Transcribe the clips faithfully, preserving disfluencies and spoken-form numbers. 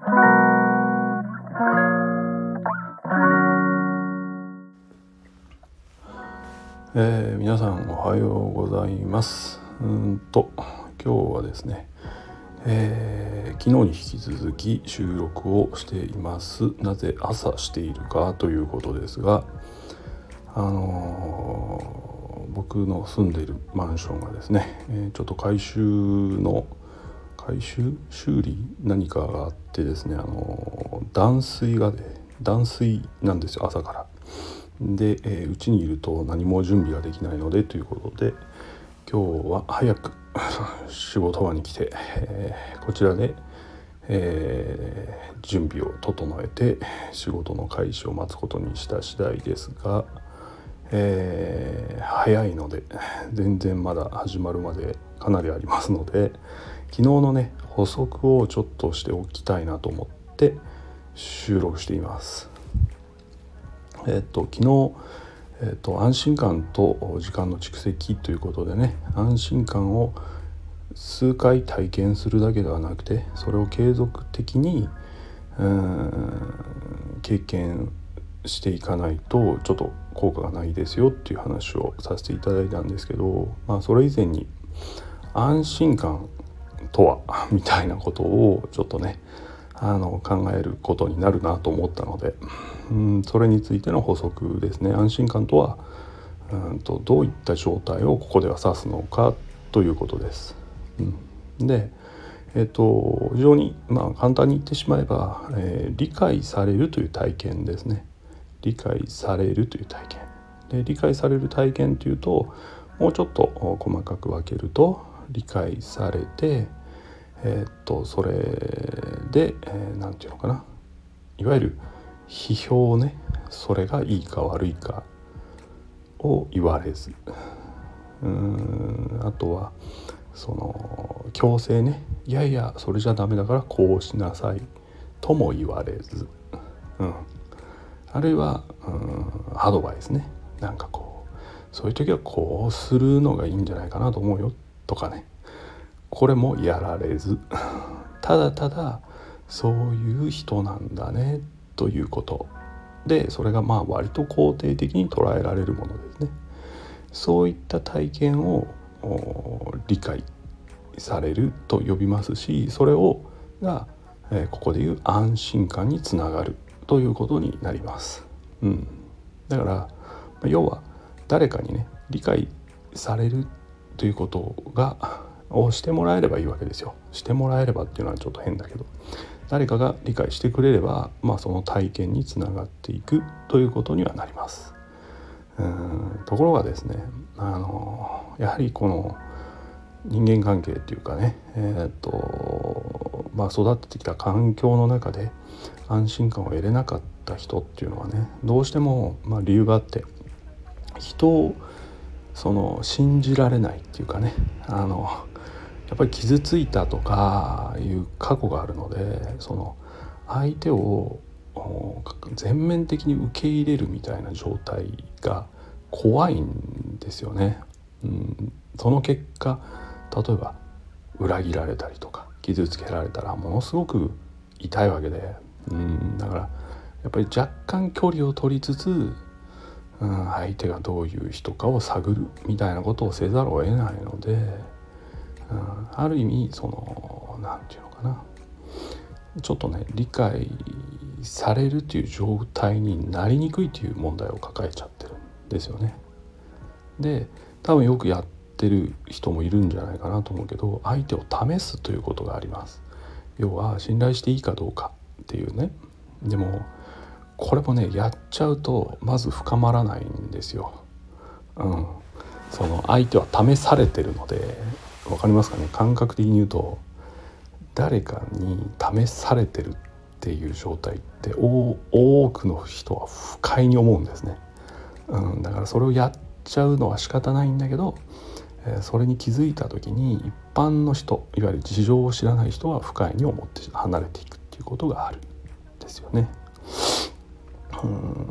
えー、皆さんおはようございます。うーんと今日はですね、えー、昨日に引き続き収録をしています。なぜ朝しているかということですが、あのー、僕の住んでいるマンションがですね、えー、ちょっと改修の改修修理何かがあってですね、あのー、断水がね断水なんですよ、朝から。で、えー、うちにいると何も準備ができないのでということで、今日は早く仕事場に来て、えー、こちらで、えー、準備を整えて仕事の開始を待つことにした次第ですが、えー、早いので全然まだ始まるまでかなりありますので、昨日のね補足をちょっとしておきたいなと思って収録しています。えっと昨日、えっと、安心感と時間の蓄積ということでね、安心感を数回体験するだけではなくて、それを継続的にうーん経験していかないとちょっと効果がないですよっていう話をさせていただいたんですけど、まあそれ以前に安心感とはみたいなことをちょっとねあの考えることになるなと思ったので、うん、それについての補足ですね。安心感とはうんとどういった状態をここでは指すのかということです。うん、で、えっと非常にまあ簡単に言ってしまえば、えー、理解されるという体験ですね。理解されるという体験で、理解される体験というともうちょっと細かく分けると、理解されてえー、っとそれで、えー、なんていうのかな、いわゆる批評ね、それがいいか悪いかを言われず、うーんあとはその強制ね、いやいやそれじゃダメだからこうしなさいとも言われず、うん、あるいはうんアドバイスね、なんかこうそういう時はこうするのがいいんじゃないかなと思うよとかね、これもやられずただただそういう人なんだねということで、それがまあ割と肯定的に捉えられるものですね。そういった体験を理解されると呼びますし、それをが、えー、ここでいう安心感につながるということになります。うん、だから要は誰かにね理解されるということがをしてもらえればいいわけですよ。してもらえればっていうのはちょっと変だけど、誰かが理解してくれれば、まあ、その体験につながっていくということにはなります。うーんところがですね、あのやはりこの人間関係っていうかね、えーっとまあ、育ってきた環境の中で安心感を得れなかった人っていうのはね、どうしても、まあ、理由があって、人をその信じられないっていうかね、あのやっぱり傷ついたとかいう過去があるので、その相手を全面的に受け入れるみたいな状態が怖いんですよね。うん、その結果、例えば裏切られたりとか傷つけられたらものすごく痛いわけで、うん、だからやっぱり若干距離を取りつつ、うん、相手がどういう人かを探るみたいなことをせざるを得ないので、うん、ある意味そのなんていうのかな、ちょっとね理解されるという状態になりにくいという問題を抱えちゃってるんですよね。で多分よくやってる人もいるんじゃないかなと思うけど、相手を試すということがあります。要は信頼していいかどうかっていうね。でもこれもねやっちゃうとまず深まらないんですよ。うん、その相手は試されてるので、わかりますかね、感覚的に言うと誰かに試されてるっていう状態って多くの人は不快に思うんですね。うん、だからそれをやっちゃうのは仕方ないんだけど、えー、それに気づいた時に一般の人、いわゆる事情を知らない人は不快に思って離れていくっていうことがあるんですよね。うん、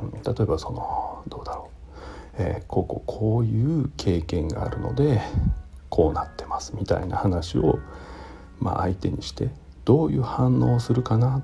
例えばそのどうだろう、えー、こうこうこういう経験があるのでこうなってますみたいな話を、まあ、相手にしてどういう反応をするかなっ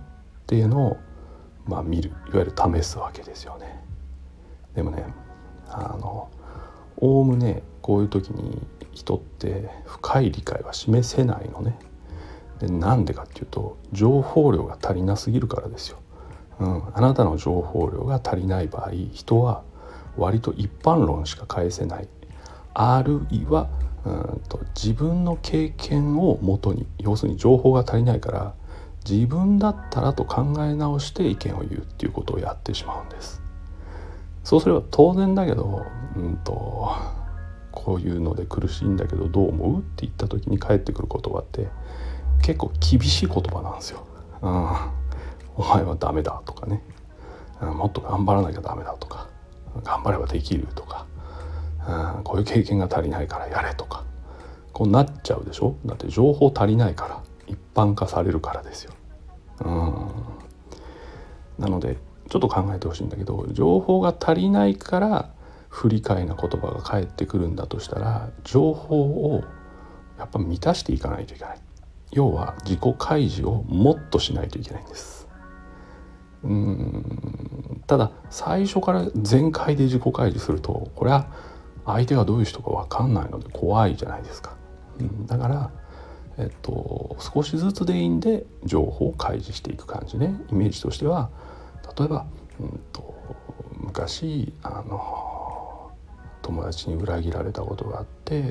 っていうのを、まあ、見る、いわゆる試すわけですよね。でもね、あのおおむねこういう時に人って深い理解は示せないのね。でなんでかっていうと、情報量が足りなすぎるからですよ。うん、あなたの情報量が足りない場合、人は割と一般論しか返せない、あるいはうんと自分の経験をもとに、要するに情報が足りないから自分だったらと考え直して意見を言うっていうことをやってしまうんです。そうすれば当然だけど、うんとこういうので苦しいんだけどどう思うって言った時に返ってくる言葉って結構厳しい言葉なんですよ。うん、お前はダメだとかね、うん、もっと頑張らなきゃダメだとか、頑張ればできるとか、うん、こういう経験が足りないからやれとか、こうなっちゃうでしょ。だって情報足りないから、一般化されるからですよ。うん、なのでちょっと考えてほしいんだけど、情報が足りないから不理解な言葉が返ってくるんだとしたら、情報をやっぱ満たしていかないといけない。要は自己開示をもっとしないといけないんです。うーんただ最初から全開で自己開示すると、これは相手がどういう人か分かんないので怖いじゃないですか。うん、だからえっと少しずつでいいんで情報を開示していく感じね。イメージとしては、例えば、うんと昔あの友達に裏切られたことがあって、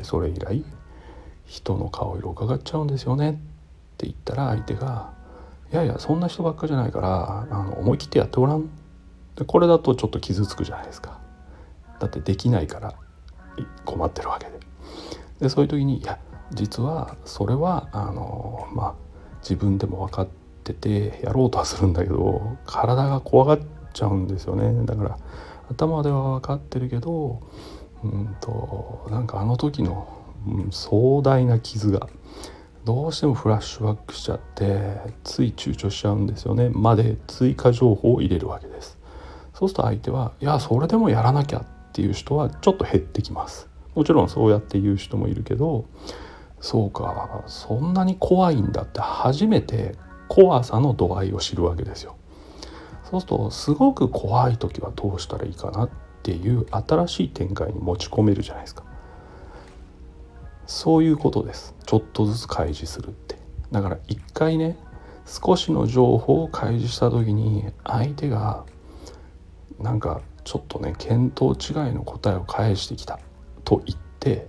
それ以来人の顔色を伺っちゃうんですよねって言ったら、相手がいやいやそんな人ばっかじゃないからあの思い切ってやってごらん。でこれだとちょっと傷つくじゃないですか。だってできないから困ってるわけで。でそういう時にいや実はそれはあのまあ自分でも分かっててやろうとはするんだけど、体が怖がっちゃうんですよね。だから頭では分かってるけど、うんとなんかあの時の、うん、壮大な傷がどうしてもフラッシュバックしちゃってつい躊躇しちゃうんですよね、まで追加情報を入れるわけです。そうすると相手はいやそれでもやらなきゃっていう人はちょっと減ってきます。もちろんそうやって言う人もいるけど、そうかそんなに怖いんだって初めて怖さの度合いを知るわけですよ。そうするとすごく怖い時はどうしたらいいかなっていう新しい展開に持ち込めるじゃないですか。そういうことです。ちょっとずつ開示するって。だから一回ね、少しの情報を開示した時に相手がなんかちょっとね見当違いの答えを返してきたと言って、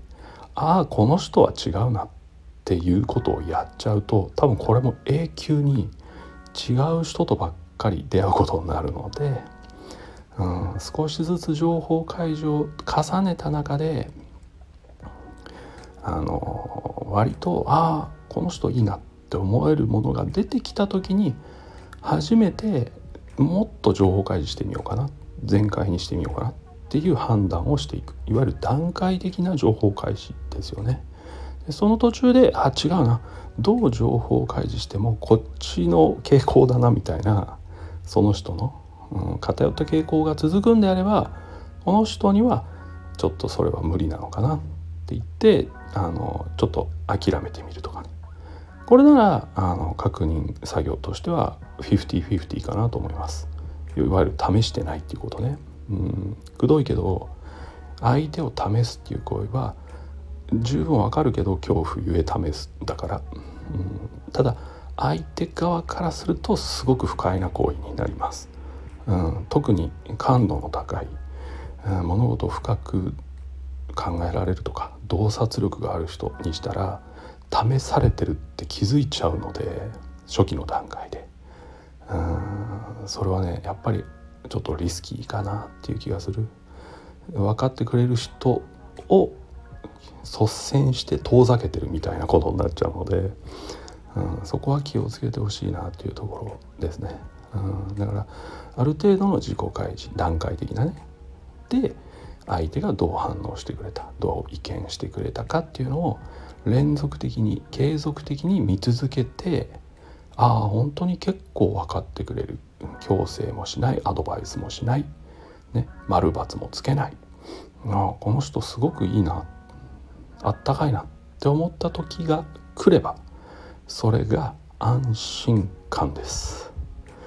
ああこの人は違うなっていうことをやっちゃうと、多分これも永久に違う人とばっかり出会うことになるので、うん、少しずつ情報開示を重ねた中であの割とああこの人いいなって思えるものが出てきた時に初めてもっと情報開示してみようかな、全開にしてみようかなっていう判断をしていく、いわゆる段階的な情報開示ですよね。でその途中であ違うな、どう情報開示してもこっちの傾向だなみたいな、その人の、うん、偏った傾向が続くんであればこの人にはちょっとそれは無理なのかなって言ってあのちょっと諦めてみるとかね。これならあの確認作業としてはフィフティフィフティかなと思います。いわゆる試してないっていうことね。うん、くどいけど相手を試すっていう行為は十分わかるけど恐怖ゆえ試すだから、うん、ただ相手側からするとすごく不快な行為になります。うん、特に感度の高い、うん、物事を深く考えられるとか洞察力がある人にしたら試されてるって気づいちゃうので、初期の段階でうーんそれはねやっぱりちょっとリスキーかなっていう気がする。分かってくれる人を率先して遠ざけてるみたいなことになっちゃうので、うん、そこは気をつけてほしいなっていうところですね。うん、だからある程度の自己開示、段階的なね、で相手がどう反応してくれた、どう意見してくれたかっていうのを連続的に継続的に見続けて、ああ本当に結構分かってくれる、強制もしない、アドバイスもしない、ね、丸×もつけない、ああこの人すごくいいな、あったかいなって思った時が来ればそれが安心感です。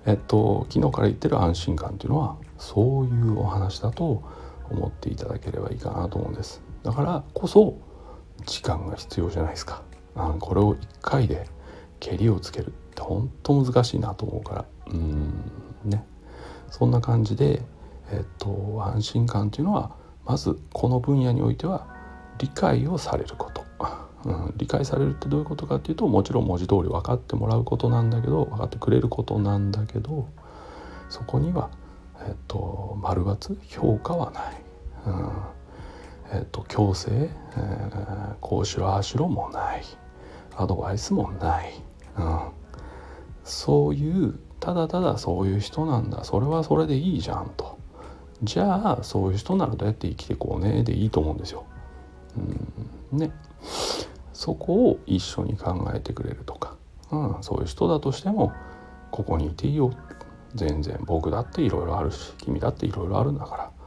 えっと昨日から言ってる安心感っていうのはそういうお話だと思っていただければいいかなと思うんです。だからこそ時間が必要じゃないですか。あこれをいっかいでけりをつけるって本当難しいなと思うから、うーんねそんな感じで、えっと安心感というのはまずこの分野においては理解をされること、うん、理解されるってどういうことかっていうと、もちろん文字通り分かってもらうことなんだけど分かってくれることなんだけど、そこには、えっと、丸×評価はない、うんえっと、強制、えー、こうしろああしろもない、アドバイスもない、うん、そういうただただそういう人なんだ、それはそれでいいじゃんと、じゃあそういう人ならどうやって生きていこうねでいいと思うんですよ。うんね、そこを一緒に考えてくれるとか、うん、そういう人だとしてもここにいていいよ、全然僕だっていろいろあるし君だっていろいろあるんだから、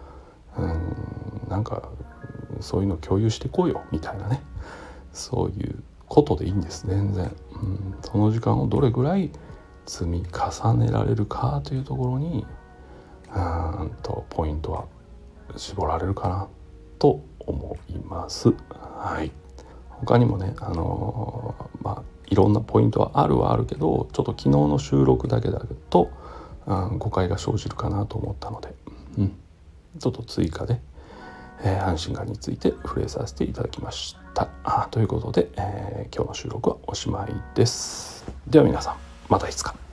うんなんかそういうの共有していこうよみたいなね、そういうことでいいんです。全然、うん、その時間をどれぐらい積み重ねられるかというところにうんとポイントは絞られるかなと思います。はい。他にもね、あのー、まあいろんなポイントはあるはあるけど、ちょっと昨日の収録だけだと、うん、誤解が生じるかなと思ったので、うん、ちょっと追加で、えー、安心感について触れさせていただきました。あということで、えー、今日の収録はおしまいです。では皆さん、またいつか。